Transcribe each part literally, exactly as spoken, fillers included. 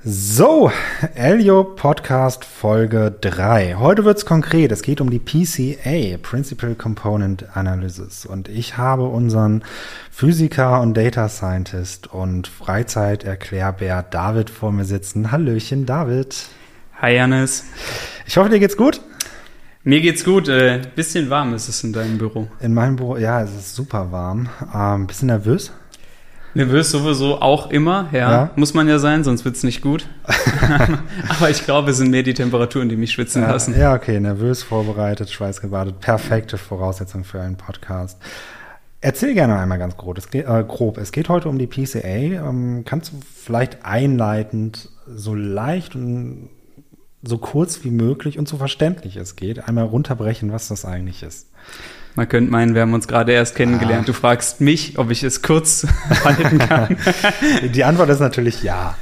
So, Elio Podcast Folge drei. Heute wird's konkret. Es geht um die P C A, Principal Component Analysis. Und ich habe unseren Physiker und Data Scientist und Freizeiterklärbär David vor mir sitzen. Hallöchen, David. Hi, Janis. Ich hoffe, dir geht's gut. Mir geht's gut. Äh, bisschen warm ist es in deinem Büro. In meinem Büro, ja, es ist super warm. Ähm, bisschen nervös. Nervös sowieso auch immer, ja. ja. Muss man ja sein, sonst wird's nicht gut. Aber ich glaube, es sind mehr die Temperaturen, die mich schwitzen ja, lassen. Ja, okay, nervös vorbereitet, schweißgebadet. Perfekte Voraussetzung für einen Podcast. Erzähl gerne einmal ganz grob. Es geht, äh, grob. Es geht heute um die P C A. Ähm, kannst du vielleicht einleitend so leicht und so kurz wie möglich und so verständlich es geht, einmal runterbrechen, was das eigentlich ist? Man könnte meinen, wir haben uns gerade erst kennengelernt. Ah. Du fragst mich, ob ich es kurz halten kann. Die Antwort ist natürlich ja.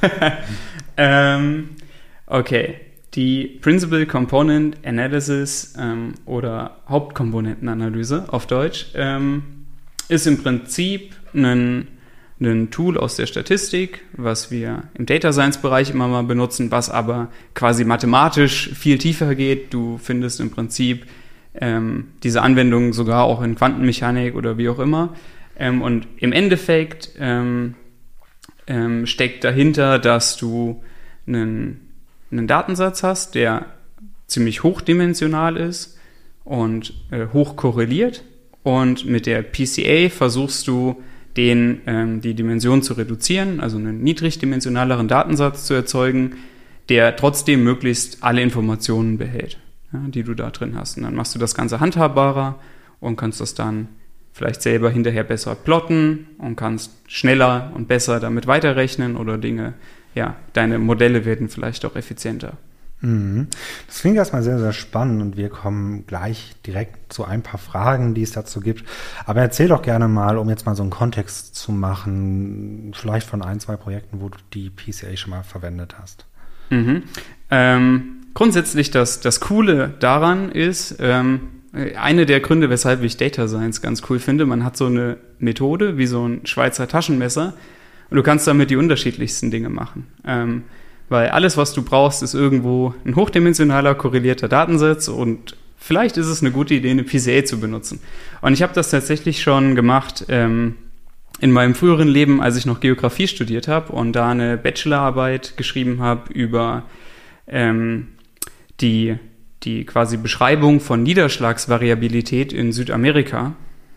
ähm, okay. Die Principal Component Analysis ähm, oder Hauptkomponentenanalyse auf Deutsch ähm, ist im Prinzip ein, ein Tool aus der Statistik, was wir im Data Science Bereich immer mal benutzen, was aber quasi mathematisch viel tiefer geht. Du findest im Prinzip Ähm, diese Anwendungen sogar auch in Quantenmechanik oder wie auch immer. Ähm, und im Endeffekt ähm, ähm, steckt dahinter, dass du einen, einen Datensatz hast, der ziemlich hochdimensional ist und äh, hoch korreliert. Und mit der P C A versuchst du, den, ähm, die Dimension zu reduzieren, also einen niedrigdimensionaleren Datensatz zu erzeugen, der trotzdem möglichst alle Informationen behält, ja, die du da drin hast. Und dann machst du das Ganze handhabbarer und kannst das dann vielleicht selber hinterher besser plotten und kannst schneller und besser damit weiterrechnen oder Dinge, ja, deine Modelle werden vielleicht auch effizienter. Mhm. Das klingt erstmal sehr, sehr spannend und wir kommen gleich direkt zu ein paar Fragen, die es dazu gibt. Aber erzähl doch gerne mal, um jetzt mal so einen Kontext zu machen, vielleicht von ein, zwei Projekten, wo du die P C A schon mal verwendet hast. Mhm. Ähm, Grundsätzlich das, das Coole daran ist, ähm, eine der Gründe, weshalb ich Data Science ganz cool finde, man hat so eine Methode wie so ein Schweizer Taschenmesser und du kannst damit die unterschiedlichsten Dinge machen. Ähm, weil alles, was du brauchst, ist irgendwo ein hochdimensionaler, korrelierter Datensatz und vielleicht ist es eine gute Idee, eine P C A zu benutzen. Und ich habe das tatsächlich schon gemacht ähm, in meinem früheren Leben, als ich noch Geografie studiert habe und da eine Bachelorarbeit geschrieben habe über ähm, die, die quasi Beschreibung von Niederschlagsvariabilität in Südamerika.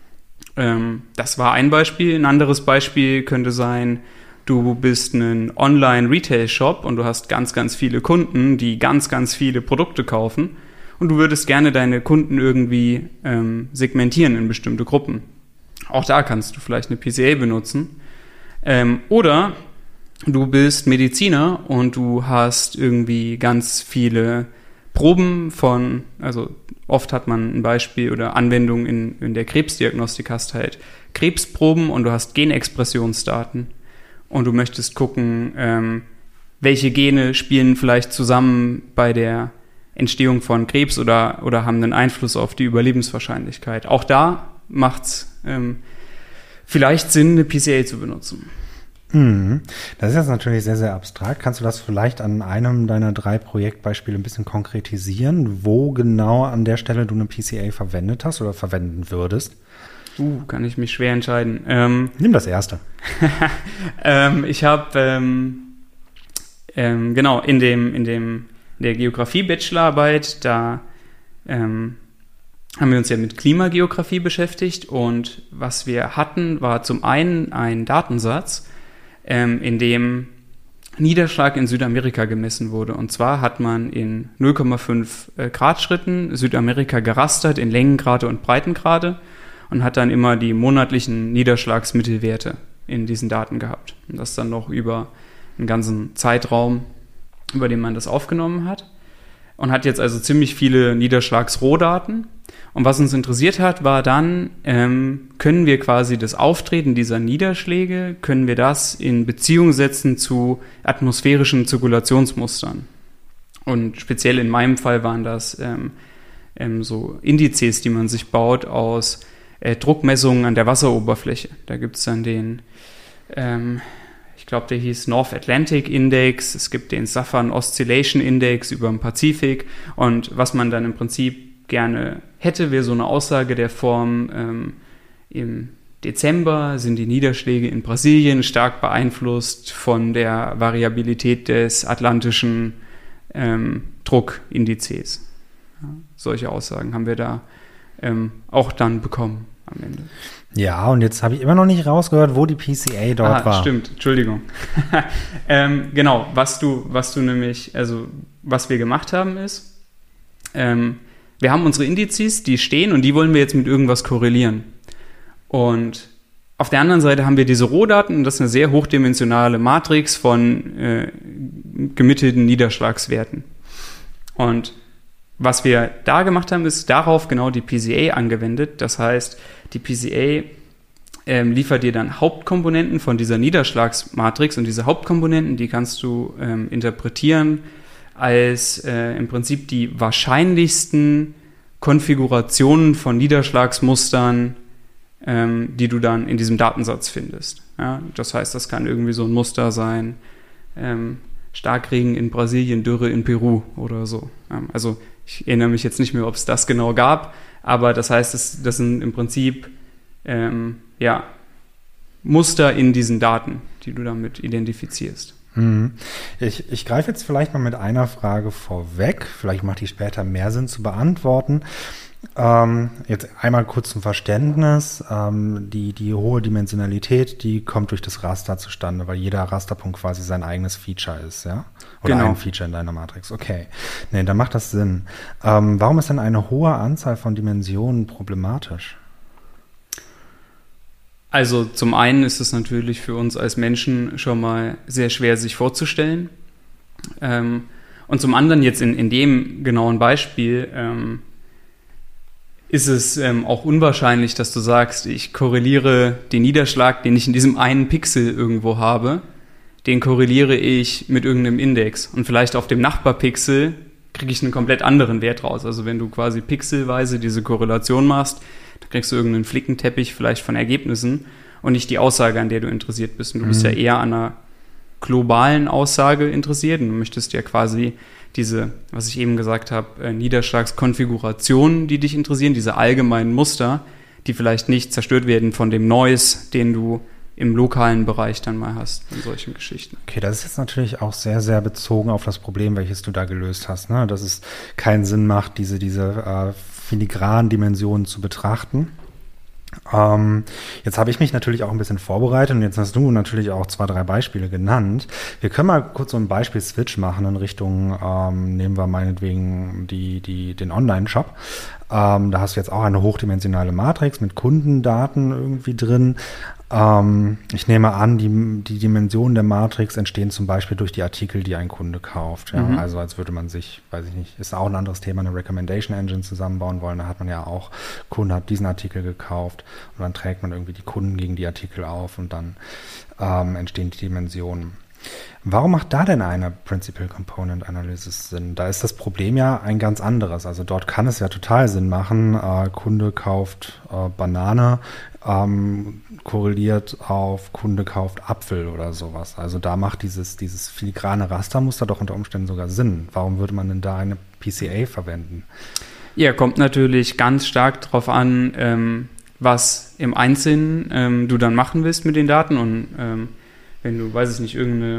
Ähm, das war ein Beispiel. Ein anderes Beispiel könnte sein, du bist ein Online-Retail-Shop und du hast ganz, ganz viele Kunden, die ganz, ganz viele Produkte kaufen und du würdest gerne deine Kunden irgendwie ähm, segmentieren in bestimmte Gruppen. Auch da kannst du vielleicht eine P C A benutzen. Ähm, oder du bist Mediziner und du hast irgendwie ganz viele Proben von, also oft hat man ein Beispiel oder Anwendung in, in der Krebsdiagnostik, hast halt Krebsproben und du hast Genexpressionsdaten und du möchtest gucken, ähm, welche Gene spielen vielleicht zusammen bei der Entstehung von Krebs oder, oder haben einen Einfluss auf die Überlebenswahrscheinlichkeit. Auch da macht es ähm, vielleicht Sinn, eine P C A zu benutzen. Das ist jetzt natürlich sehr, sehr abstrakt. Kannst du das vielleicht an einem deiner drei Projektbeispiele ein bisschen konkretisieren, wo genau an der Stelle du eine P C A verwendet hast oder verwenden würdest? Uh, kann ich mich schwer entscheiden. Ähm, Nimm das erste. ähm, ich habe ähm, ähm, genau in dem in dem in der Geografie-Bachelorarbeit, da ähm, haben wir uns ja mit Klimageografie beschäftigt und was wir hatten, war zum einen ein Datensatz, ähm, in dem Niederschlag in Südamerika gemessen wurde. Und zwar hat man in null Komma fünf äh, Grad Schritten Südamerika gerastert in Längengrade und Breitengrade und hat dann immer die monatlichen Niederschlagsmittelwerte in diesen Daten gehabt. Und das dann noch über einen ganzen Zeitraum, über den man das aufgenommen hat. Und hat jetzt also ziemlich viele Niederschlagsrohdaten. Und was uns interessiert hat, war dann, ähm, können wir quasi das Auftreten dieser Niederschläge, können wir das in Beziehung setzen zu atmosphärischen Zirkulationsmustern. Und speziell in meinem Fall waren das ähm, ähm, so Indizes, die man sich baut aus äh, Druckmessungen an der Wasseroberfläche. Da gibt es dann den, ähm, ich ich glaube, der hieß North Atlantic Index, es gibt den Southern Oscillation Index über den Pazifik und was man dann im Prinzip gerne hätte, wäre so eine Aussage der Form, ähm, im Dezember sind die Niederschläge in Brasilien stark beeinflusst von der Variabilität des atlantischen ähm, Druckindizes. Ja, solche Aussagen haben wir da ähm, auch dann bekommen am Ende. Ja, und jetzt habe ich immer noch nicht rausgehört, wo die P C A dort ah, war. Stimmt, Entschuldigung. ähm, genau, was du, was du nämlich, also was wir gemacht haben ist, ähm, wir haben unsere Indizes, die stehen und die wollen wir jetzt mit irgendwas korrelieren. Und auf der anderen Seite haben wir diese Rohdaten, das ist eine sehr hochdimensionale Matrix von äh, gemittelten Niederschlagswerten. Und was wir da gemacht haben, ist darauf genau die P C A angewendet. Das heißt, die P C A ähm, liefert dir dann Hauptkomponenten von dieser Niederschlagsmatrix und diese Hauptkomponenten, die kannst du ähm, interpretieren als äh, im Prinzip die wahrscheinlichsten Konfigurationen von Niederschlagsmustern, ähm, die du dann in diesem Datensatz findest. Ja, das heißt, das kann irgendwie so ein Muster sein, ähm, Starkregen in Brasilien, Dürre in Peru oder so. Ähm, also ich erinnere mich jetzt nicht mehr, ob es das genau gab, aber das heißt, das, das sind im Prinzip ähm, ja, Muster in diesen Daten, die du damit identifizierst. Ich, ich greife jetzt vielleicht mal mit einer Frage vorweg. Vielleicht macht die später mehr Sinn zu beantworten. Ähm, jetzt einmal kurz zum Verständnis. Ähm, die, die hohe Dimensionalität, die kommt durch das Raster zustande, weil jeder Rasterpunkt quasi sein eigenes Feature ist, ja? Oder genau. ein Feature in deiner Matrix. Okay. Nee, dann macht das Sinn. Ähm, warum ist denn eine hohe Anzahl von Dimensionen problematisch? Also zum einen ist es natürlich für uns als Menschen schon mal sehr schwer, sich vorzustellen. Ähm, und zum anderen jetzt in, in dem genauen Beispiel ähm, ist es ähm, auch unwahrscheinlich, dass du sagst, ich korreliere den Niederschlag, den ich in diesem einen Pixel irgendwo habe, den korreliere ich mit irgendeinem Index. Und vielleicht auf dem Nachbarpixel kriege ich einen komplett anderen Wert raus. Also wenn du quasi pixelweise diese Korrelation machst, dann kriegst du irgendeinen Flickenteppich vielleicht von Ergebnissen und nicht die Aussage, an der du interessiert bist. Und du bist mhm. ja eher an einer globalen Aussage interessiert und du möchtest ja quasi diese, was ich eben gesagt habe, Niederschlagskonfigurationen, die dich interessieren, diese allgemeinen Muster, die vielleicht nicht zerstört werden von dem Noise, den du im lokalen Bereich dann mal hast, in solchen Geschichten. Okay, das ist jetzt natürlich auch sehr, sehr bezogen auf das Problem, welches du da gelöst hast, ne? Dass es keinen Sinn macht, diese, diese äh, filigranen Dimensionen zu betrachten. Ähm, jetzt habe ich mich natürlich auch ein bisschen vorbereitet und jetzt hast du natürlich auch zwei, drei Beispiele genannt. Wir können mal kurz so einen Beispiel-Switch machen in Richtung, ähm, nehmen wir meinetwegen die, die, den Online-Shop. Ähm, da hast du jetzt auch eine hochdimensionale Matrix mit Kundendaten irgendwie drin. Ähm, ich nehme an, die, die Dimensionen der Matrix entstehen zum Beispiel durch die Artikel, die ein Kunde kauft. Ja? Mhm. Also als würde man sich, weiß ich nicht, ist auch ein anderes Thema, eine Recommendation Engine zusammenbauen wollen. Da hat man ja auch, Kunde hat diesen Artikel gekauft und dann trägt man irgendwie die Kunden gegen die Artikel auf und dann ähm, entstehen die Dimensionen. Warum macht da denn eine Principal Component Analysis Sinn? Da ist das Problem ja ein ganz anderes. Also dort kann es ja total Sinn machen. Äh, Kunde kauft äh, Banane, ähm, korreliert auf Kunde kauft Apfel oder sowas. Also da macht dieses, dieses filigrane Rastermuster doch unter Umständen sogar Sinn. Warum würde man denn da eine P C A verwenden? Ja, kommt natürlich ganz stark darauf an, ähm, was im Einzelnen ähm, du dann machen willst mit den Daten und ähm, wenn du, weiß ich nicht, irgendeine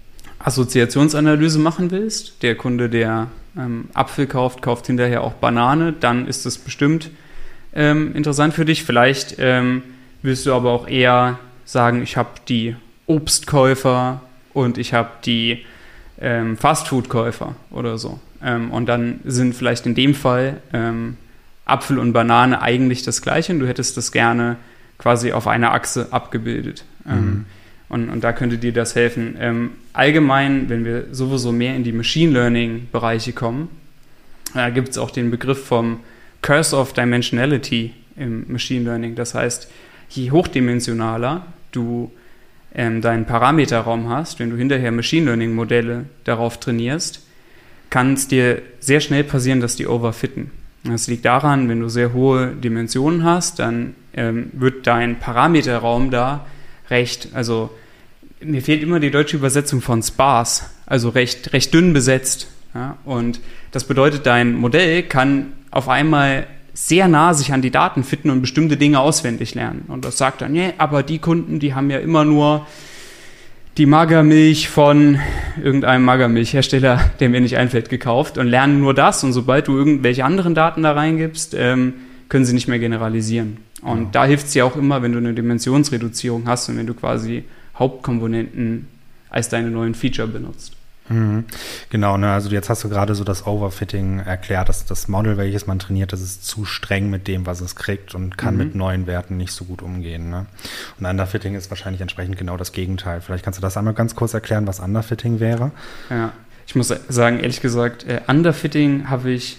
Assoziationsanalyse machen willst, der Kunde, der ähm, Apfel kauft, kauft hinterher auch Banane, dann ist das bestimmt ähm, interessant für dich. Vielleicht ähm, willst du aber auch eher sagen, ich habe die Obstkäufer und ich habe die ähm, Fastfood-Käufer oder so. Ähm, und dann sind vielleicht in dem Fall ähm, Apfel und Banane eigentlich das Gleiche und du hättest das gerne quasi auf einer Achse abgebildet. Mhm. Ähm, Und, und da könnte dir das helfen. Ähm, allgemein, wenn wir sowieso mehr in die Machine Learning-Bereiche kommen, da gibt es auch den Begriff vom Curse of Dimensionality im Machine Learning. Das heißt, je hochdimensionaler du ähm, deinen Parameterraum hast, wenn du hinterher Machine Learning-Modelle darauf trainierst, kann es dir sehr schnell passieren, dass die overfitten. Das liegt daran, wenn du sehr hohe Dimensionen hast, dann ähm, wird dein Parameterraum da recht, also mir fehlt immer die deutsche Übersetzung von sparse, also recht, recht dünn besetzt. Ja? Und das bedeutet, dein Modell kann auf einmal sehr nah sich an die Daten fitten und bestimmte Dinge auswendig lernen. Und das sagt dann, nee, aber die Kunden, die haben ja immer nur die Magermilch von irgendeinem Magermilchhersteller, der mir nicht einfällt, gekauft und lernen nur das. Und sobald du irgendwelche anderen Daten da reingibst, ähm, können sie nicht mehr generalisieren. Und ja. da hilft es ja auch immer, wenn du eine Dimensionsreduzierung hast und wenn du quasi Hauptkomponenten als deine neuen Feature benutzt. Mhm. Genau, ne, also jetzt hast du gerade so das Overfitting erklärt, dass das Model, welches man trainiert, das ist zu streng mit dem, was es kriegt und kann mhm. mit neuen Werten nicht so gut umgehen. Ne? Und Underfitting ist wahrscheinlich entsprechend genau das Gegenteil. Vielleicht kannst du das einmal ganz kurz erklären, was Underfitting wäre? Ja, ich muss sagen, ehrlich gesagt, äh, Underfitting habe ich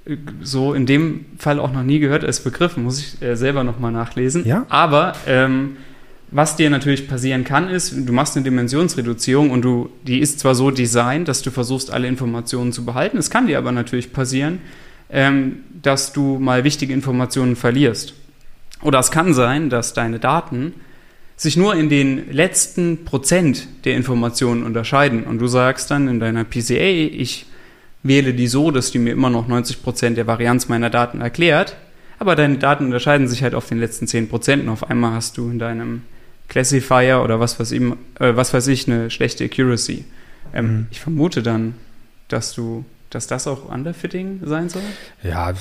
so in dem Fall auch noch nie gehört als Begriff, muss ich äh, selber nochmal nachlesen. Ja? Aber ähm, was dir natürlich passieren kann, ist, du machst eine Dimensionsreduzierung und du, die ist zwar so designt, dass du versuchst, alle Informationen zu behalten. Es kann dir aber natürlich passieren, ähm, dass du mal wichtige Informationen verlierst. Oder es kann sein, dass deine Daten sich nur in den letzten Prozent der Informationen unterscheiden. Und du sagst dann in deiner P C A, ich wähle die so, dass die mir immer noch neunzig Prozent der Varianz meiner Daten erklärt. Aber deine Daten unterscheiden sich halt auf den letzten zehn Prozent. Und auf einmal hast du in deinem Classifier oder was weiß ich, äh, was weiß ich eine schlechte Accuracy. Ähm, mhm. Ich vermute dann, dass du, dass das auch Underfitting sein soll? Ja,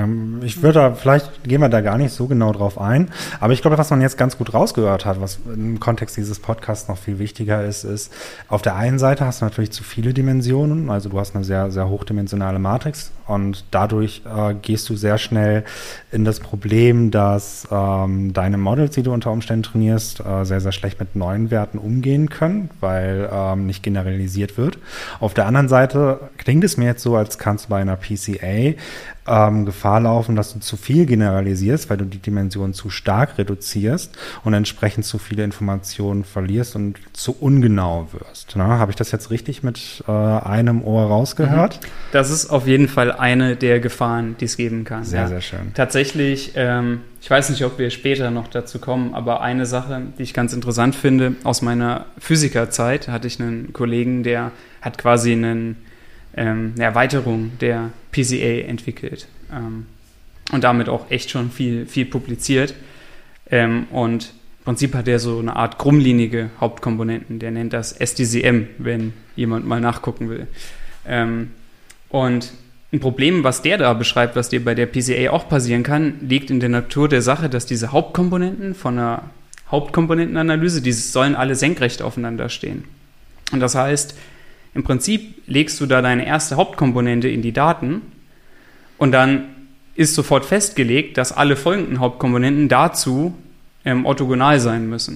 ich würde da, vielleicht gehen wir da gar nicht so genau drauf ein, aber ich glaube, was man jetzt ganz gut rausgehört hat, was im Kontext dieses Podcasts noch viel wichtiger ist, ist, auf der einen Seite hast du natürlich zu viele Dimensionen, also du hast eine sehr, sehr hochdimensionale Matrix und dadurch äh, gehst du sehr schnell in das Problem, dass ähm, deine Models, die du unter Umständen trainierst, äh, sehr, sehr schlecht mit neuen Werten umgehen können, weil ähm, nicht generalisiert wird. Auf der anderen Seite klingt es mir jetzt so, als kannst du bei einer P C A ähm, Gefahr laufen, dass du zu viel generalisierst, weil du die Dimension zu stark reduzierst und entsprechend zu viele Informationen verlierst und zu ungenau wirst. Ne? Habe ich das jetzt richtig mit äh, einem Ohr rausgehört? Das ist auf jeden Fall eine der Gefahren, die es geben kann. Sehr, ja. sehr schön. Tatsächlich, ähm, ich weiß nicht, ob wir später noch dazu kommen, aber eine Sache, die ich ganz interessant finde, aus meiner Physikerzeit hatte ich einen Kollegen, der hat quasi einen Ähm, eine Erweiterung der P C A entwickelt ähm, und damit auch echt schon viel, viel publiziert. Ähm, und im Prinzip hat er so eine Art krummlinige Hauptkomponenten, der nennt das S D C M, wenn jemand mal nachgucken will. Ähm, und ein Problem, was der da beschreibt, was dir bei der P C A auch passieren kann, liegt in der Natur der Sache, dass diese Hauptkomponenten von einer Hauptkomponentenanalyse, die sollen alle senkrecht aufeinander stehen. Und das heißt, im Prinzip legst du da deine erste Hauptkomponente in die Daten und dann ist sofort festgelegt, dass alle folgenden Hauptkomponenten dazu ähm, orthogonal sein müssen.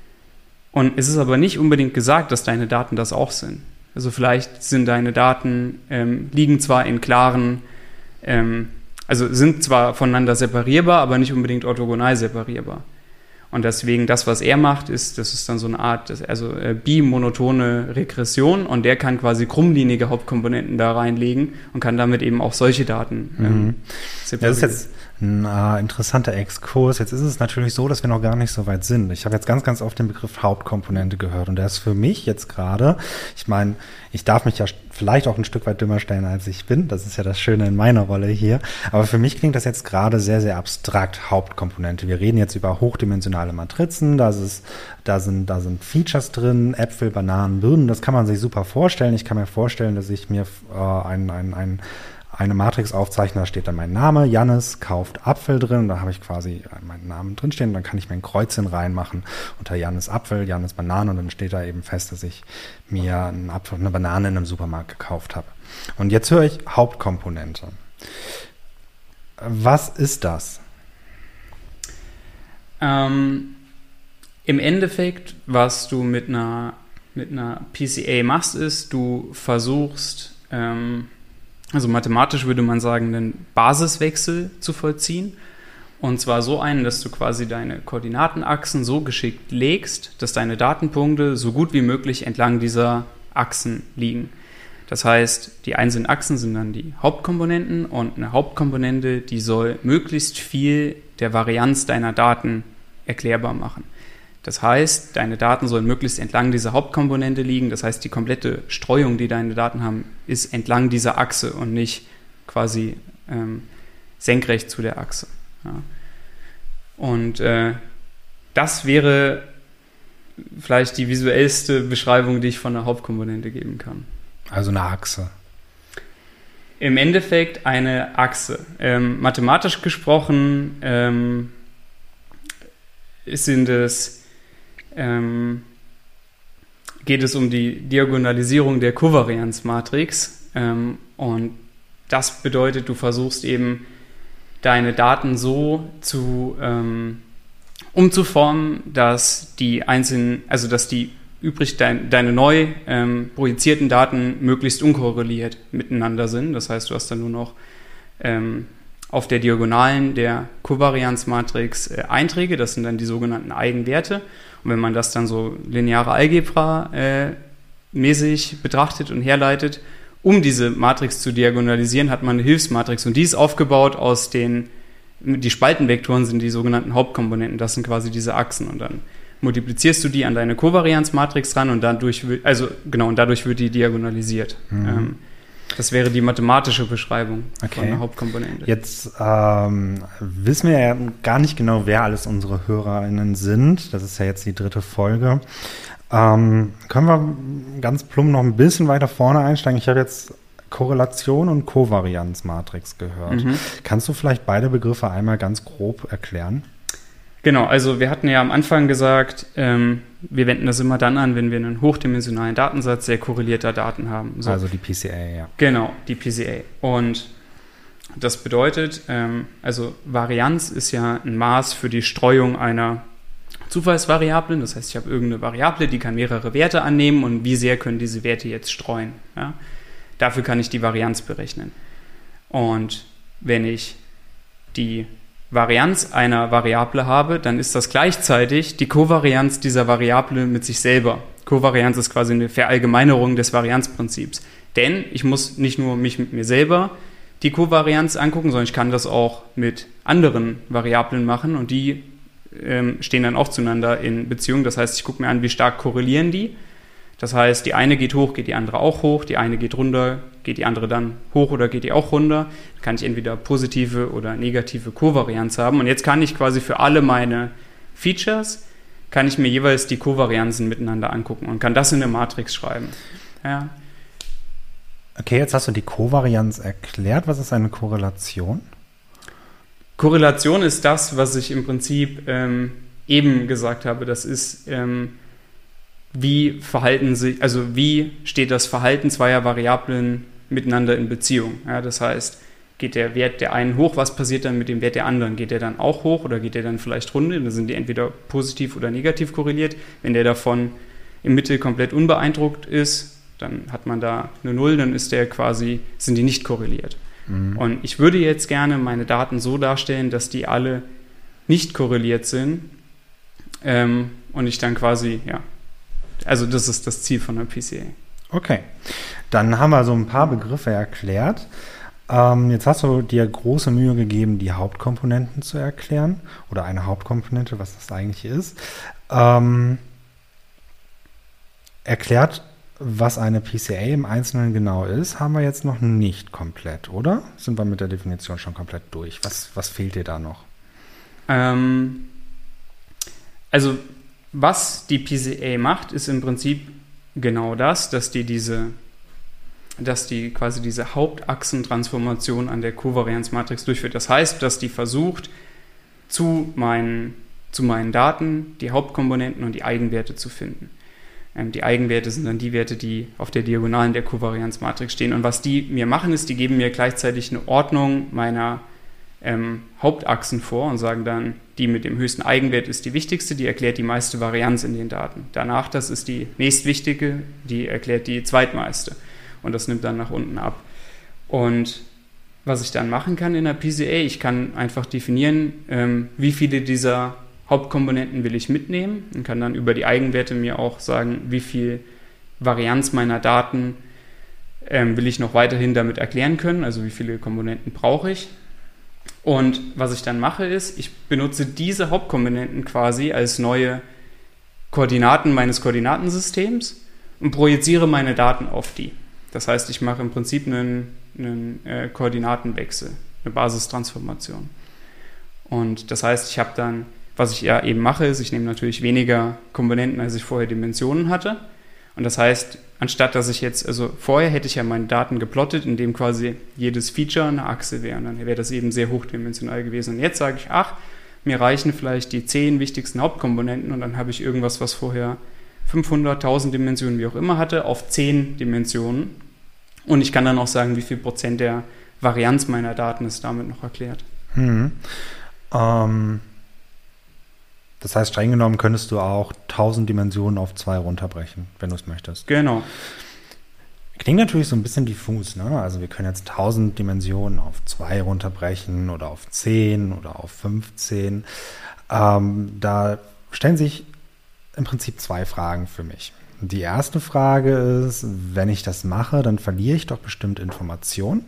Und es ist aber nicht unbedingt gesagt, dass deine Daten das auch sind. Also vielleicht sind deine Daten, ähm, liegen zwar in klaren, ähm, also sind zwar voneinander separierbar, aber nicht unbedingt orthogonal separierbar. Und deswegen, das, was er macht, ist, das ist dann so eine Art, also äh, bimonotone Regression und der kann quasi krummlinige Hauptkomponenten da reinlegen und kann damit eben auch solche Daten ähm, mhm. separieren. Das ist jetzt ein äh, interessanter Exkurs. Jetzt ist es natürlich so, dass wir noch gar nicht so weit sind. Ich habe jetzt ganz, ganz oft den Begriff Hauptkomponente gehört und der ist für mich jetzt gerade, ich meine, ich darf mich ja vielleicht auch ein Stück weit dümmer stellen, als ich bin. Das ist ja das Schöne in meiner Rolle hier. Aber für mich klingt das jetzt gerade sehr, sehr abstrakt, Hauptkomponente. Wir reden jetzt über hochdimensionale Matrizen, da, ist, da, sind, da sind Features drin, Äpfel, Bananen, Birnen. Das kann man sich super vorstellen. Ich kann mir vorstellen, dass ich mir äh, ein, ein, ein eine Matrix aufzeichne, da steht dann mein Name, Jannis kauft Apfel drin, und da habe ich quasi meinen Namen drinstehen, und dann kann ich mir ein Kreuzchen reinmachen unter Jannis Apfel, Jannis Banane, und dann steht da eben fest, dass ich mir einen Apfel, eine Banane in einem Supermarkt gekauft habe. Und jetzt höre ich Hauptkomponente. Was ist das? Ähm, im Endeffekt, was du mit einer, mit einer P C A machst, ist, du versuchst, ähm, also mathematisch würde man sagen, einen Basiswechsel zu vollziehen. Und zwar so einen, dass du quasi deine Koordinatenachsen so geschickt legst, dass deine Datenpunkte so gut wie möglich entlang dieser Achsen liegen. Das heißt, die einzelnen Achsen sind dann die Hauptkomponenten und eine Hauptkomponente, die soll möglichst viel der Varianz deiner Daten erklärbar machen. Das heißt, deine Daten sollen möglichst entlang dieser Hauptkomponente liegen. Das heißt, die komplette Streuung, die deine Daten haben, ist entlang dieser Achse und nicht quasi ähm, senkrecht zu der Achse. Ja. Und äh, das wäre vielleicht die visuellste Beschreibung, die ich von einer Hauptkomponente geben kann. Also eine Achse. Im Endeffekt eine Achse. Ähm, mathematisch gesprochen ähm, sind es, ähm, geht es um die Diagonalisierung der Kovarianzmatrix. Ähm, und das bedeutet, du versuchst eben deine Daten so zu ähm, umzuformen, dass die einzelnen, also dass die übrig dein, deine neu ähm, projizierten Daten möglichst unkorreliert miteinander sind. Das heißt, du hast dann nur noch ähm, auf der Diagonalen der Kovarianzmatrix äh, Einträge, das sind dann die sogenannten Eigenwerte. Und wenn man das dann so lineare Algebra äh, mäßig betrachtet und herleitet, um diese Matrix zu diagonalisieren, hat man eine Hilfsmatrix und die ist aufgebaut aus den, die Spaltenvektoren sind die sogenannten Hauptkomponenten, das sind quasi diese Achsen und dann multiplizierst du die an deine Kovarianzmatrix ran und dadurch wird, also genau, und dadurch wird die diagonalisiert. Mhm. Ähm, das wäre die mathematische Beschreibung okay. von einer Hauptkomponente. Jetzt ähm, wissen wir ja gar nicht genau, wer alles unsere HörerInnen sind. Das ist ja jetzt die dritte Folge. Ähm, können wir ganz plump noch ein bisschen weiter vorne einsteigen? Ich habe jetzt Korrelation und Kovarianzmatrix gehört. Mhm. Kannst du vielleicht beide Begriffe einmal ganz grob erklären? Genau, also wir hatten ja am Anfang gesagt, ähm, wir wenden das immer dann an, wenn wir einen hochdimensionalen Datensatz sehr korrelierter Daten haben. So. Also die P C A, ja. Genau, die P C A. Und das bedeutet, ähm, also Varianz ist ja ein Maß für die Streuung einer Zufallsvariablen. Das heißt, ich habe irgendeine Variable, die kann mehrere Werte annehmen und wie sehr können diese Werte jetzt streuen. Ja? Dafür kann ich die Varianz berechnen. Und wenn ich die Varianz einer Variable habe, dann ist das gleichzeitig die Kovarianz dieser Variable mit sich selber. Kovarianz ist quasi eine Verallgemeinerung des Varianzprinzips. Denn ich muss nicht nur mich mit mir selber die Kovarianz angucken, sondern ich kann das auch mit anderen Variablen machen und die ähm, stehen dann auch zueinander in Beziehung. Das heißt, ich gucke mir an, wie stark korrelieren die. Das heißt, die eine geht hoch, geht die andere auch hoch, die eine geht runter, geht die andere dann hoch oder geht die auch runter. Dann kann ich entweder positive oder negative Kovarianz haben. Und jetzt kann ich quasi für alle meine Features, kann ich mir jeweils die Kovarianzen miteinander angucken und kann das in eine Matrix schreiben. Ja. Okay, jetzt hast du die Kovarianz erklärt. Was ist eine Korrelation? Korrelation ist das, was ich im Prinzip ähm, eben gesagt habe. Das ist ähm, wie verhalten sich, also wie steht das Verhalten zweier Variablen miteinander in Beziehung. Ja, das heißt, geht der Wert der einen hoch, was passiert dann mit dem Wert der anderen? Geht der dann auch hoch oder geht der dann vielleicht runter? Dann sind die entweder positiv oder negativ korreliert. Wenn der davon in Mitte komplett unbeeindruckt ist, dann hat man da eine Null, dann ist der quasi, sind die nicht korreliert. Mhm. Und ich würde jetzt gerne meine Daten so darstellen, dass die alle nicht korreliert sind ähm, und ich dann quasi, ja, also das ist das Ziel von der P C A. Okay, dann haben wir so ein paar Begriffe erklärt. Ähm, jetzt hast du dir große Mühe gegeben, die Hauptkomponenten zu erklären oder eine Hauptkomponente, was das eigentlich ist. Ähm, erklärt, was eine P C A im Einzelnen genau ist, haben wir jetzt noch nicht komplett, oder? Sind wir mit der Definition schon komplett durch? Was, was fehlt dir da noch? Ähm, also was die P C A macht, ist im Prinzip genau das, dass die diese, dass die quasi diese Hauptachsentransformation an der Kovarianzmatrix durchführt. Das heißt, dass die versucht, zu meinen, zu meinen Daten die Hauptkomponenten und die Eigenwerte zu finden. Ähm, die Eigenwerte sind dann die Werte, die auf der Diagonalen der Kovarianzmatrix stehen. Und was die mir machen, ist, die geben mir gleichzeitig eine Ordnung meiner ähm, Hauptachsen vor und sagen dann, die mit dem höchsten Eigenwert ist die wichtigste, die erklärt die meiste Varianz in den Daten. Danach, das ist die nächstwichtige, die erklärt die zweitmeiste. Und das nimmt dann nach unten ab. Und was ich dann machen kann in der P C A, ich kann einfach definieren, ähm, wie viele dieser Hauptkomponenten will ich mitnehmen und kann dann über die Eigenwerte mir auch sagen, wie viel Varianz meiner Daten ähm, will ich noch weiterhin damit erklären können, also wie viele Komponenten brauche ich. Und was ich dann mache ist, ich benutze diese Hauptkomponenten quasi als neue Koordinaten meines Koordinatensystems und projiziere meine Daten auf die. Das heißt, ich mache im Prinzip einen, einen äh, Koordinatenwechsel, eine Basistransformation. Und das heißt, ich habe dann, was ich ja eben mache, ist, ich nehme natürlich weniger Komponenten, als ich vorher Dimensionen hatte. Und das heißt, anstatt dass ich jetzt, also vorher hätte ich ja meine Daten geplottet, in dem quasi jedes Feature eine Achse wäre. Und dann wäre das eben sehr hochdimensional gewesen. Und jetzt sage ich, ach, mir reichen vielleicht die zehn wichtigsten Hauptkomponenten und dann habe ich irgendwas, was vorher fünfhundert, tausend Dimensionen, wie auch immer hatte, auf zehn Dimensionen. Und ich kann dann auch sagen, wie viel Prozent der Varianz meiner Daten ist damit noch erklärt. Hm. Ähm, das heißt, streng genommen könntest du auch tausend Dimensionen auf zwei runterbrechen, wenn du es möchtest. Genau. Klingt natürlich so ein bisschen diffus, ne? Also wir können jetzt tausend Dimensionen auf zwei runterbrechen oder auf zehn oder auf fünfzehn. Ähm, da stellen sich im Prinzip zwei Fragen für mich. Die erste Frage ist, wenn ich das mache, dann verliere ich doch bestimmt Informationen.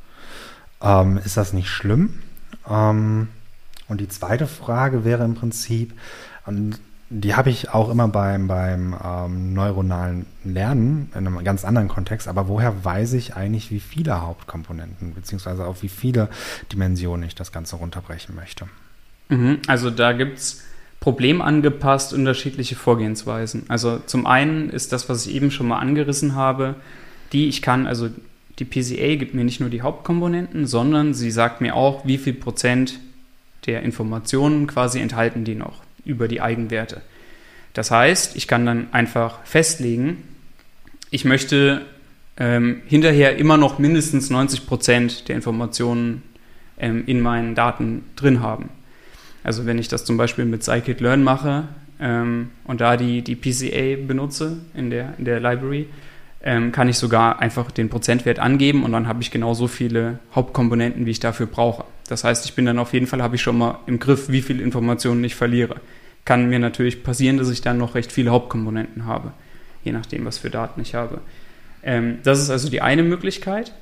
Ähm, ist das nicht schlimm? Ähm, und die zweite Frage wäre im Prinzip, und die habe ich auch immer beim, beim ähm, neuronalen Lernen in einem ganz anderen Kontext, aber woher weiß ich eigentlich, wie viele Hauptkomponenten beziehungsweise auf wie viele Dimensionen ich das Ganze runterbrechen möchte? Mhm, also da gibt es problemangepasst unterschiedliche Vorgehensweisen. Also zum einen ist das, was ich eben schon mal angerissen habe, die ich kann, also die P C A gibt mir nicht nur die Hauptkomponenten, sondern sie sagt mir auch, wie viel Prozent der Informationen quasi enthalten die noch über die Eigenwerte. Das heißt, ich kann dann einfach festlegen, ich möchte ähm, hinterher immer noch mindestens neunzig Prozent der Informationen ähm, in meinen Daten drin haben. Also wenn ich das zum Beispiel mit scikit-learn mache ähm, und da die, die P C A benutze in der, in der Library, ähm, kann ich sogar einfach den Prozentwert angeben und dann habe ich genauso viele Hauptkomponenten, wie ich dafür brauche. Das heißt, ich bin dann auf jeden Fall, habe ich schon mal im Griff, wie viele Informationen ich verliere. Kann mir natürlich passieren, dass ich dann noch recht viele Hauptkomponenten habe, je nachdem, was für Daten ich habe. Ähm, das ist also die eine Möglichkeit.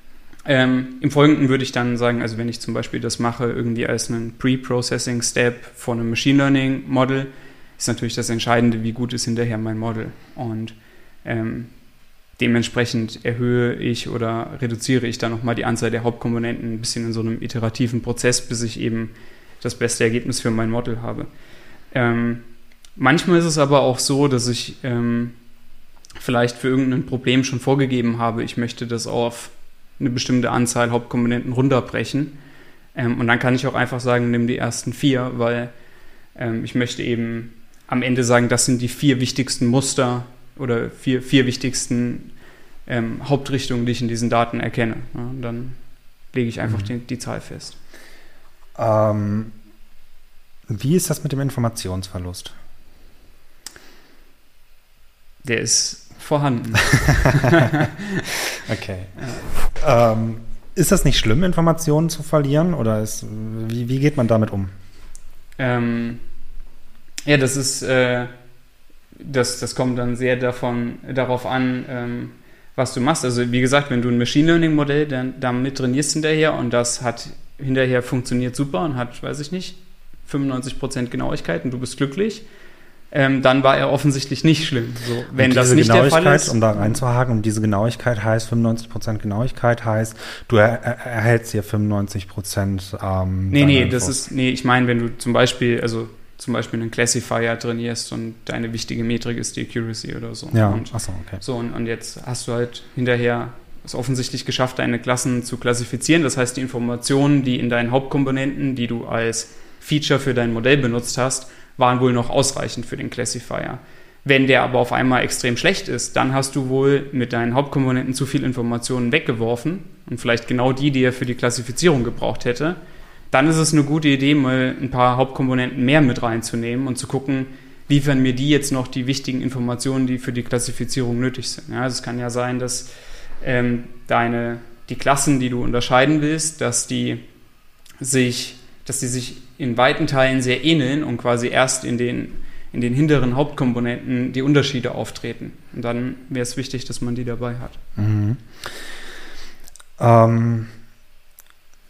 Ähm, Im Folgenden würde ich dann sagen, also wenn ich zum Beispiel das mache, irgendwie als einen Pre-Processing-Step von einem Machine Learning-Model, ist natürlich das Entscheidende, wie gut ist hinterher mein Model. Und ähm, dementsprechend erhöhe ich oder reduziere ich dann nochmal die Anzahl der Hauptkomponenten ein bisschen in so einem iterativen Prozess, bis ich eben das beste Ergebnis für mein Model habe. Ähm, manchmal ist es aber auch so, dass ich ähm, vielleicht für irgendein Problem schon vorgegeben habe, ich möchte das auf eine bestimmte Anzahl Hauptkomponenten runterbrechen. Ähm, und dann kann ich auch einfach sagen, nimm die ersten vier, weil ähm, ich möchte eben am Ende sagen, das sind die vier wichtigsten Muster oder vier, vier wichtigsten ähm, Hauptrichtungen, die ich in diesen Daten erkenne. Ja, und dann lege ich einfach mhm. die, die Zahl fest. Ähm, wie ist das mit dem Informationsverlust? Der ist vorhanden. Okay. Ja. Ähm, ist das nicht schlimm, Informationen zu verlieren? Oder ist, wie, wie geht man damit um? Ähm, ja, das ist, äh, das, das kommt dann sehr davon, darauf an, ähm, was du machst. Also wie gesagt, wenn du ein Machine Learning Modell dann damit trainierst hinterher und das hat hinterher funktioniert super und hat, weiß ich nicht, fünfundneunzig Prozent Genauigkeit und du bist glücklich, ähm, dann war er offensichtlich nicht schlimm. So, wenn das nicht der Fall ist, um da reinzuhaken, um diese Genauigkeit heißt, fünfundneunzig Prozent Genauigkeit heißt, du er, er, erhältst hier fünfundneunzig Prozent ähm, Nee, nee, das ist, nee, ich meine, wenn du zum Beispiel, also zum Beispiel einen Classifier trainierst und deine wichtige Metrik ist die Accuracy oder so. Ja, und, achso, okay. So, und, und jetzt hast du halt hinterher es offensichtlich geschafft, deine Klassen zu klassifizieren. Das heißt, die Informationen, die in deinen Hauptkomponenten, die du als Feature für dein Modell benutzt hast, waren wohl noch ausreichend für den Classifier. Wenn der aber auf einmal extrem schlecht ist, dann hast du wohl mit deinen Hauptkomponenten zu viel Informationen weggeworfen und vielleicht genau die, die er für die Klassifizierung gebraucht hätte. Dann ist es eine gute Idee, mal ein paar Hauptkomponenten mehr mit reinzunehmen und zu gucken, liefern mir die jetzt noch die wichtigen Informationen, die für die Klassifizierung nötig sind. Ja, also es kann ja sein, dass ähm, deine, die Klassen, die du unterscheiden willst, dass die sich, dass die sich in weiten Teilen sehr ähneln und quasi erst in den, in den hinteren Hauptkomponenten die Unterschiede auftreten. Und dann wäre es wichtig, dass man die dabei hat. Mhm. Ähm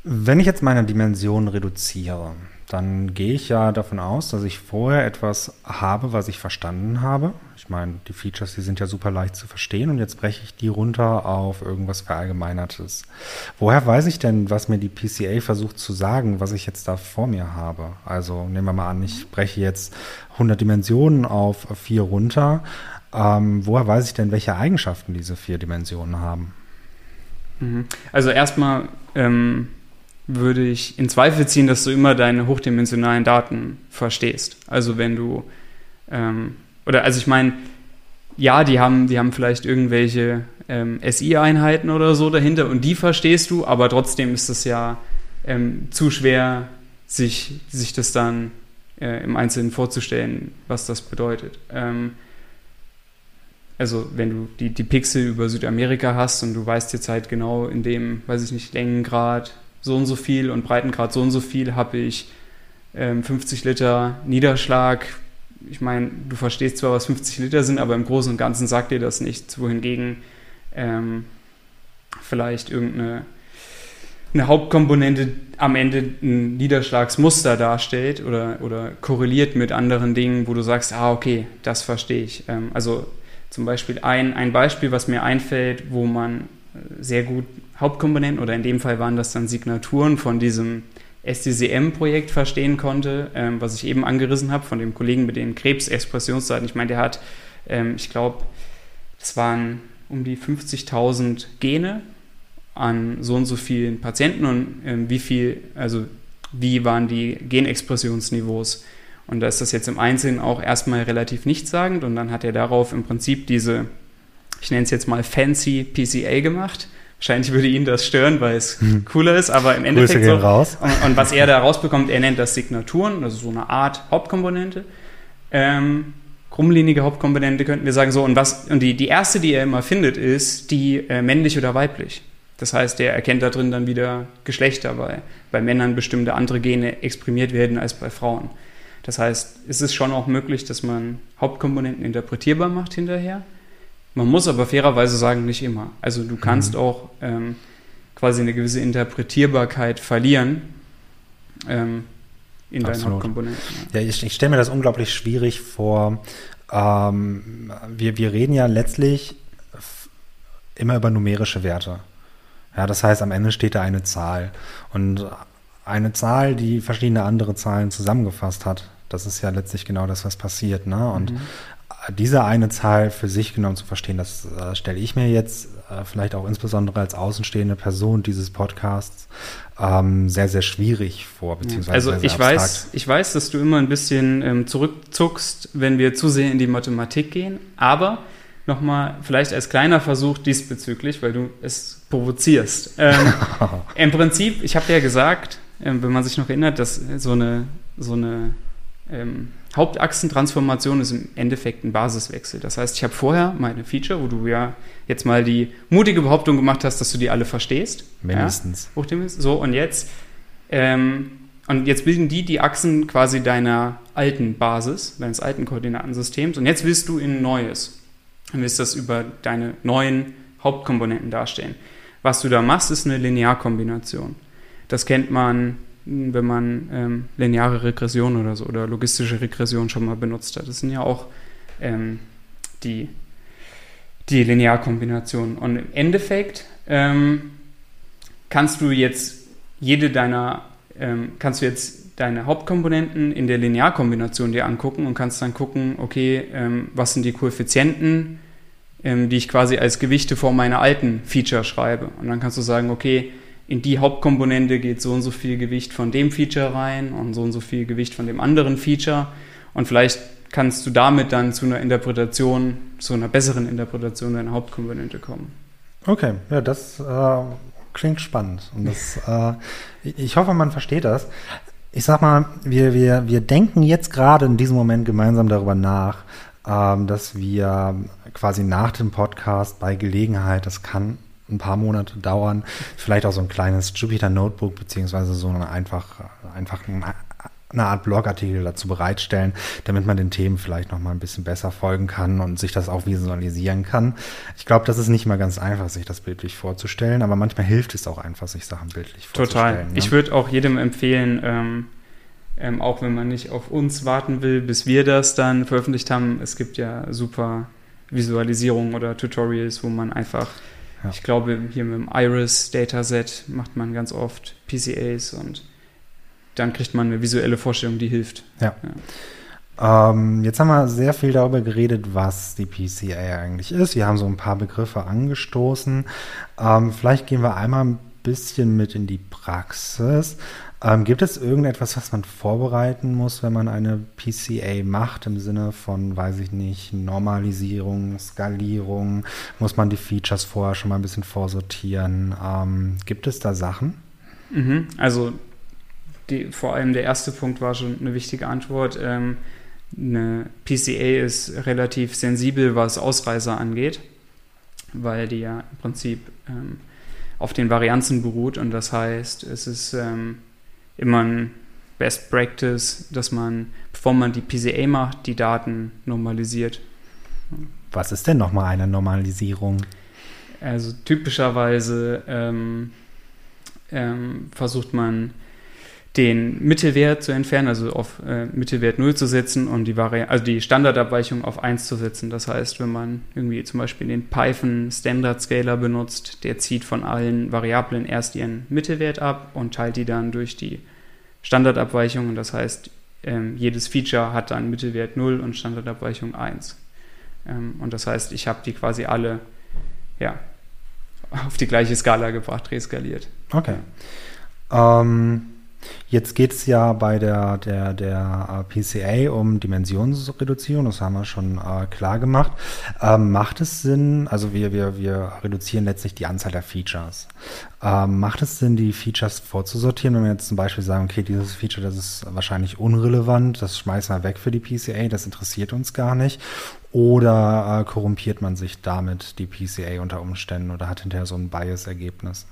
Wenn ich jetzt meine Dimension reduziere, dann gehe ich ja davon aus, dass ich vorher etwas habe, was ich verstanden habe. Ich meine, die Features, die sind ja super leicht zu verstehen und jetzt breche ich die runter auf irgendwas Verallgemeinertes. Woher weiß ich denn, was mir die P C A versucht zu sagen, was ich jetzt da vor mir habe? Also nehmen wir mal an, ich breche jetzt hundert Dimensionen auf vier runter. Ähm, woher weiß ich denn, welche Eigenschaften diese vier Dimensionen haben? Also erstmal ähm würde ich in Zweifel ziehen, dass du immer deine hochdimensionalen Daten verstehst. Also wenn du, ähm, oder also ich meine, ja, die haben, die haben vielleicht irgendwelche ähm, S I-Einheiten oder so dahinter und die verstehst du, aber trotzdem ist es ja ähm, zu schwer, sich, sich das dann äh, im Einzelnen vorzustellen, was das bedeutet. Ähm, also wenn du die, die Pixel über Südamerika hast und du weißt jetzt halt genau in dem, weiß ich nicht, Längengrad so und so viel und Breitengrad so und so viel, habe ich ähm, fünfzig Liter Niederschlag. Ich meine, du verstehst zwar, was fünfzig Liter sind, aber im Großen und Ganzen sagt dir das nichts, wohingegen ähm, vielleicht irgendeine eine Hauptkomponente am Ende ein Niederschlagsmuster darstellt oder, oder korreliert mit anderen Dingen, wo du sagst, ah, okay, das verstehe ich. Ähm, also zum Beispiel ein, ein Beispiel, was mir einfällt, wo man sehr gut Hauptkomponenten oder in dem Fall waren das dann Signaturen von diesem S D C M-Projekt verstehen konnte, ähm, was ich eben angerissen habe, von dem Kollegen mit den Krebsexpressionsdaten. Ich meine, der hat, ähm, ich glaube, das waren um die fünfzigtausend Gene an so und so vielen Patienten und ähm, wie viel, also wie waren die Genexpressionsniveaus. Und da ist das jetzt im Einzelnen auch erstmal relativ nichtssagend und dann hat er darauf im Prinzip diese, ich nenne es jetzt mal fancy P C A gemacht. Wahrscheinlich würde ihn das stören, weil es hm. cooler ist, aber im Endeffekt so. Raus. Und, und was er da rausbekommt, er nennt das Signaturen, also so eine Art Hauptkomponente. Ähm, krummlinige Hauptkomponente könnten wir sagen so. Und, was, und die, die erste, die er immer findet, ist die äh, männlich oder weiblich. Das heißt, er erkennt da drin dann wieder Geschlechter, weil bei Männern bestimmte andere Gene exprimiert werden als bei Frauen. Das heißt, es ist schon auch möglich, dass man Hauptkomponenten interpretierbar macht hinterher. Man muss aber fairerweise sagen, nicht immer. Also du kannst mhm. auch ähm, quasi eine gewisse Interpretierbarkeit verlieren ähm, in deinen Absolut. Hauptkomponenten. Ja, ja ich, ich stelle mir das unglaublich schwierig vor. Ähm, wir, wir reden ja letztlich f- immer über numerische Werte. Ja, das heißt, am Ende steht da eine Zahl. Und eine Zahl, die verschiedene andere Zahlen zusammengefasst hat, das ist ja letztlich genau das, was passiert. Ne? Und mhm. diese eine Zahl für sich genommen zu verstehen, das äh, stelle ich mir jetzt äh, vielleicht auch insbesondere als außenstehende Person dieses Podcasts ähm, sehr, sehr schwierig vor, beziehungsweise also sehr, sehr ich weiß, ich weiß, dass du immer ein bisschen ähm, zurückzuckst, wenn wir zu sehr in die Mathematik gehen, aber nochmal vielleicht als kleiner Versuch diesbezüglich, weil du es provozierst. Ähm, Im Prinzip, ich habe ja gesagt, ähm, wenn man sich noch erinnert, dass so eine, so eine ähm, Hauptachsentransformation ist im Endeffekt ein Basiswechsel. Das heißt, ich habe vorher meine Feature, wo du ja jetzt mal die mutige Behauptung gemacht hast, dass du die alle verstehst. Mindestens. Ja, so, und jetzt ähm, und jetzt bilden die die Achsen quasi deiner alten Basis, deines alten Koordinatensystems und jetzt willst du in ein neues. Dann willst du das über deine neuen Hauptkomponenten darstellen. Was du da machst, ist eine Linearkombination. Das kennt man, wenn man ähm, lineare Regression oder so oder logistische Regression schon mal benutzt hat. Das sind ja auch ähm, die, die Linearkombinationen. Und im Endeffekt ähm, kannst du jetzt jede deiner, ähm, kannst du jetzt deine Hauptkomponenten in der Linearkombination dir angucken und kannst dann gucken, okay, ähm, was sind die Koeffizienten, ähm, die ich quasi als Gewichte vor meiner alten Feature schreibe. Und dann kannst du sagen, okay, in die Hauptkomponente geht so und so viel Gewicht von dem Feature rein und so und so viel Gewicht von dem anderen Feature. Und vielleicht kannst du damit dann zu einer Interpretation, zu einer besseren Interpretation deiner Hauptkomponente kommen. Okay, ja, das äh, klingt spannend. Und das, äh, ich hoffe, man versteht das. Ich sag mal, wir, wir, wir denken jetzt gerade in diesem Moment gemeinsam darüber nach, ähm, dass wir quasi nach dem Podcast bei Gelegenheit, das kann ein paar Monate dauern, vielleicht auch so ein kleines Jupyter Notebook beziehungsweise so einen einfach, einfach einen eine Art Blogartikel dazu bereitstellen, damit man den Themen vielleicht noch mal ein bisschen besser folgen kann und sich das auch visualisieren kann. Ich glaube, das ist nicht mal ganz einfach, sich das bildlich vorzustellen, aber manchmal hilft es auch einfach, sich Sachen bildlich vorzustellen. Total. Ne? Ich würde auch jedem empfehlen, ähm, ähm, auch wenn man nicht auf uns warten will, bis wir das dann veröffentlicht haben, es gibt ja super Visualisierungen oder Tutorials, wo man einfach, ja. ich glaube, hier mit dem Iris-Dataset macht man ganz oft P C As und dann kriegt man eine visuelle Vorstellung, die hilft. Ja. ja. Ähm, jetzt haben wir sehr viel darüber geredet, was die P C A eigentlich ist. Wir haben so ein paar Begriffe angestoßen. Ähm, vielleicht gehen wir einmal ein bisschen mit in die Praxis. Ähm, gibt es irgendetwas, was man vorbereiten muss, wenn man eine P C A macht, im Sinne von, weiß ich nicht, Normalisierung, Skalierung? Muss man die Features vorher schon mal ein bisschen vorsortieren? Ähm, gibt es da Sachen? Mhm. Also Die, vor allem der erste Punkt war schon eine wichtige Antwort. Ähm, eine P C A ist relativ sensibel, was Ausreißer angeht, weil die ja im Prinzip ähm, auf den Varianzen beruht und das heißt, es ist ähm, immer ein Best Practice, dass man, bevor man die P C A macht, die Daten normalisiert. Was ist denn nochmal eine Normalisierung? Also typischerweise ähm, ähm, versucht man den Mittelwert zu entfernen, also auf äh, Mittelwert null zu setzen und die Vari- also die Standardabweichung auf eins zu setzen. Das heißt, wenn man irgendwie zum Beispiel den Python Standard Scaler benutzt, der zieht von allen Variablen erst ihren Mittelwert ab und teilt die dann durch die Standardabweichung. Und das heißt, ähm, jedes Feature hat dann Mittelwert null und Standardabweichung eins. Ähm, und das heißt, ich habe die quasi alle ja, auf die gleiche Skala gebracht, reskaliert. Okay. Ähm Jetzt geht es ja bei der, der, der P C A um Dimensionsreduzierung, das haben wir schon äh, klar gemacht. Ähm, macht es Sinn, also wir, wir, wir reduzieren letztlich die Anzahl der Features. Ähm, macht es Sinn, die Features vorzusortieren, wenn wir jetzt zum Beispiel sagen, okay, dieses Feature, das ist wahrscheinlich unrelevant, das schmeißen wir weg für die P C A, das interessiert uns gar nicht. Oder äh, korrumpiert man sich damit die P C A unter Umständen oder hat hinterher so ein Bias-Ergebnis?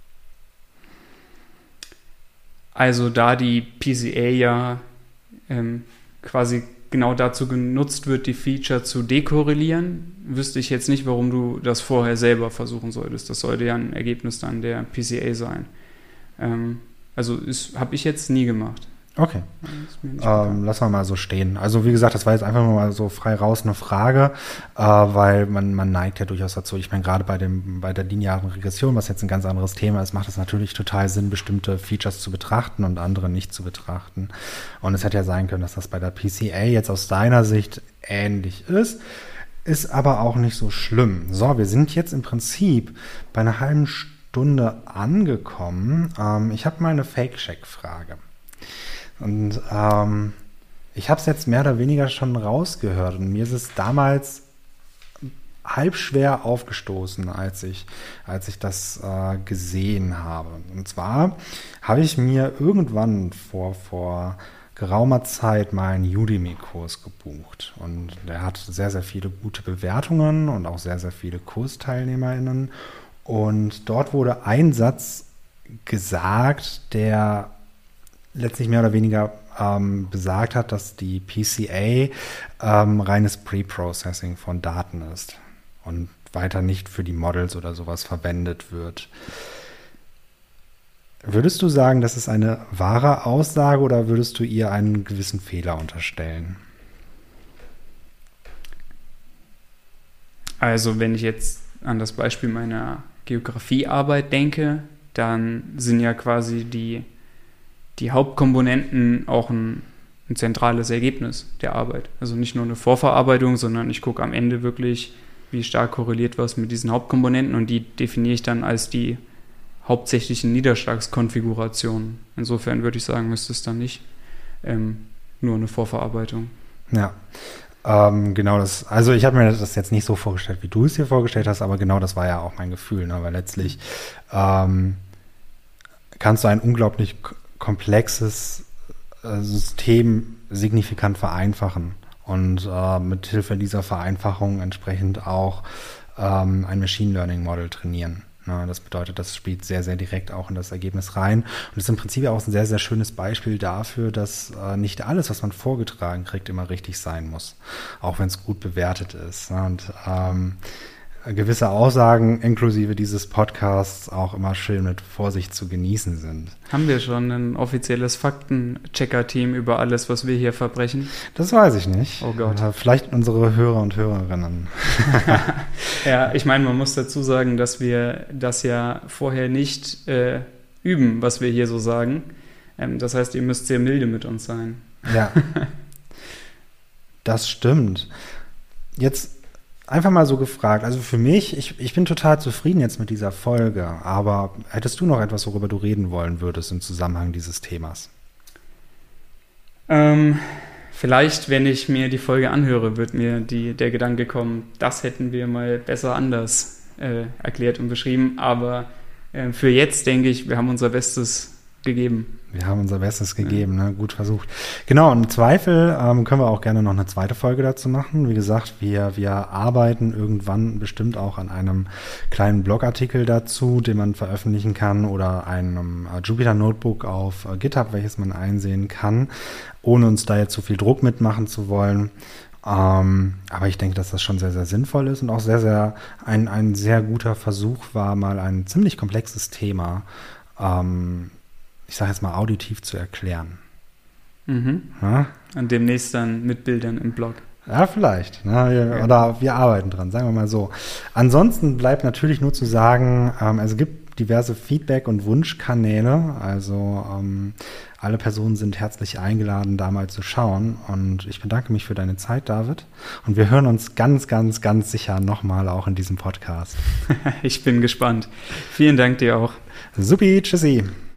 Also da die P C A ja ähm, quasi genau dazu genutzt wird, die Feature zu dekorrelieren, wüsste ich jetzt nicht, warum du das vorher selber versuchen solltest. Das sollte ja ein Ergebnis dann der P C A sein. Ähm, also habe ich jetzt nie gemacht. Okay, ähm, lassen wir mal so stehen. Also wie gesagt, das war jetzt einfach nur mal so frei raus eine Frage, äh, weil man, man neigt ja durchaus dazu. Ich meine, gerade bei dem bei der linearen Regression, was jetzt ein ganz anderes Thema ist, macht es natürlich total Sinn, bestimmte Features zu betrachten und andere nicht zu betrachten. Und es hätte ja sein können, dass das bei der P C A jetzt aus deiner Sicht ähnlich ist, ist aber auch nicht so schlimm. So, wir sind jetzt im Prinzip bei einer halben Stunde angekommen. Ähm, ich habe mal eine Fake-Check-Frage. Und ähm, ich habe es jetzt mehr oder weniger schon rausgehört und mir ist es damals halb schwer aufgestoßen, als ich, als ich das äh, gesehen habe. Und zwar habe ich mir irgendwann vor, vor geraumer Zeit mal einen Udemy-Kurs gebucht und der hat sehr, sehr viele gute Bewertungen und auch sehr, sehr viele KursteilnehmerInnen und dort wurde ein Satz gesagt, der letztlich mehr oder weniger ähm, besagt hat, dass die P C A ähm, reines Pre-Processing von Daten ist und weiter nicht für die Models oder sowas verwendet wird. Würdest du sagen, das ist eine wahre Aussage oder würdest du ihr einen gewissen Fehler unterstellen? Also wenn ich jetzt an das Beispiel meiner Geografiearbeit denke, dann sind ja quasi die die Hauptkomponenten auch ein, ein zentrales Ergebnis der Arbeit. Also nicht nur eine Vorverarbeitung, sondern ich gucke am Ende wirklich, wie stark korreliert was mit diesen Hauptkomponenten und die definiere ich dann als die hauptsächlichen Niederschlagskonfigurationen. Insofern würde ich sagen, müsste es dann nicht ähm, nur eine Vorverarbeitung. Ja, ähm, genau das. Also ich habe mir das jetzt nicht so vorgestellt, wie du es dir vorgestellt hast, aber genau das war ja auch mein Gefühl, ne? Weil letztlich ähm, kannst du ein unglaublich komplexes äh, System signifikant vereinfachen und äh, mit Hilfe dieser Vereinfachung entsprechend auch ähm, ein Machine Learning Model trainieren. Na, das bedeutet, das spielt sehr, sehr direkt auch in das Ergebnis rein und ist im Prinzip auch ein sehr, sehr schönes Beispiel dafür, dass äh, nicht alles, was man vorgetragen kriegt, immer richtig sein muss, auch wenn es gut bewertet ist. Na, und ähm, gewisse Aussagen inklusive dieses Podcasts auch immer schön mit Vorsicht zu genießen sind. Haben wir schon ein offizielles Faktenchecker-Team über alles, was wir hier verbrechen? Das weiß ich nicht. Oh Gott. Vielleicht unsere Hörer und Hörerinnen. Ja, ich meine, man muss dazu sagen, dass wir das ja vorher nicht äh, üben, was wir hier so sagen. Ähm, das heißt, ihr müsst sehr milde mit uns sein. Ja, das stimmt. Jetzt einfach mal so gefragt, also für mich, ich, ich bin total zufrieden jetzt mit dieser Folge, aber hättest du noch etwas, worüber du reden wollen würdest im Zusammenhang dieses Themas? Ähm, vielleicht, wenn ich mir die Folge anhöre, wird mir die, der Gedanke kommen, das hätten wir mal besser anders äh, erklärt und beschrieben, aber äh, für jetzt denke ich, wir haben unser Bestes gegeben. Wir haben unser Bestes gegeben, ja. Ne? Gut versucht. Genau, und im Zweifel ähm, können wir auch gerne noch eine zweite Folge dazu machen. Wie gesagt, wir, wir arbeiten irgendwann bestimmt auch an einem kleinen Blogartikel dazu, den man veröffentlichen kann oder einem äh, Jupyter Notebook auf äh, GitHub, welches man einsehen kann, ohne uns da jetzt zu viel Druck mitmachen zu wollen. Ähm, aber ich denke, dass das schon sehr, sehr sinnvoll ist und auch sehr, sehr ein, ein sehr guter Versuch war, mal ein ziemlich komplexes Thema ähm, ich sage jetzt mal, auditiv zu erklären. Mhm. Ja? Und demnächst dann mit Bildern im Blog. Ja, vielleicht. Ne? Wir, ja. Oder wir arbeiten dran, sagen wir mal so. Ansonsten bleibt natürlich nur zu sagen, ähm, es gibt diverse Feedback- und Wunschkanäle. Also ähm, alle Personen sind herzlich eingeladen, da mal zu schauen. Und ich bedanke mich für deine Zeit, David. Und wir hören uns ganz, ganz, ganz sicher nochmal auch in diesem Podcast. Ich bin gespannt. Vielen Dank dir auch. Supi, tschüssi.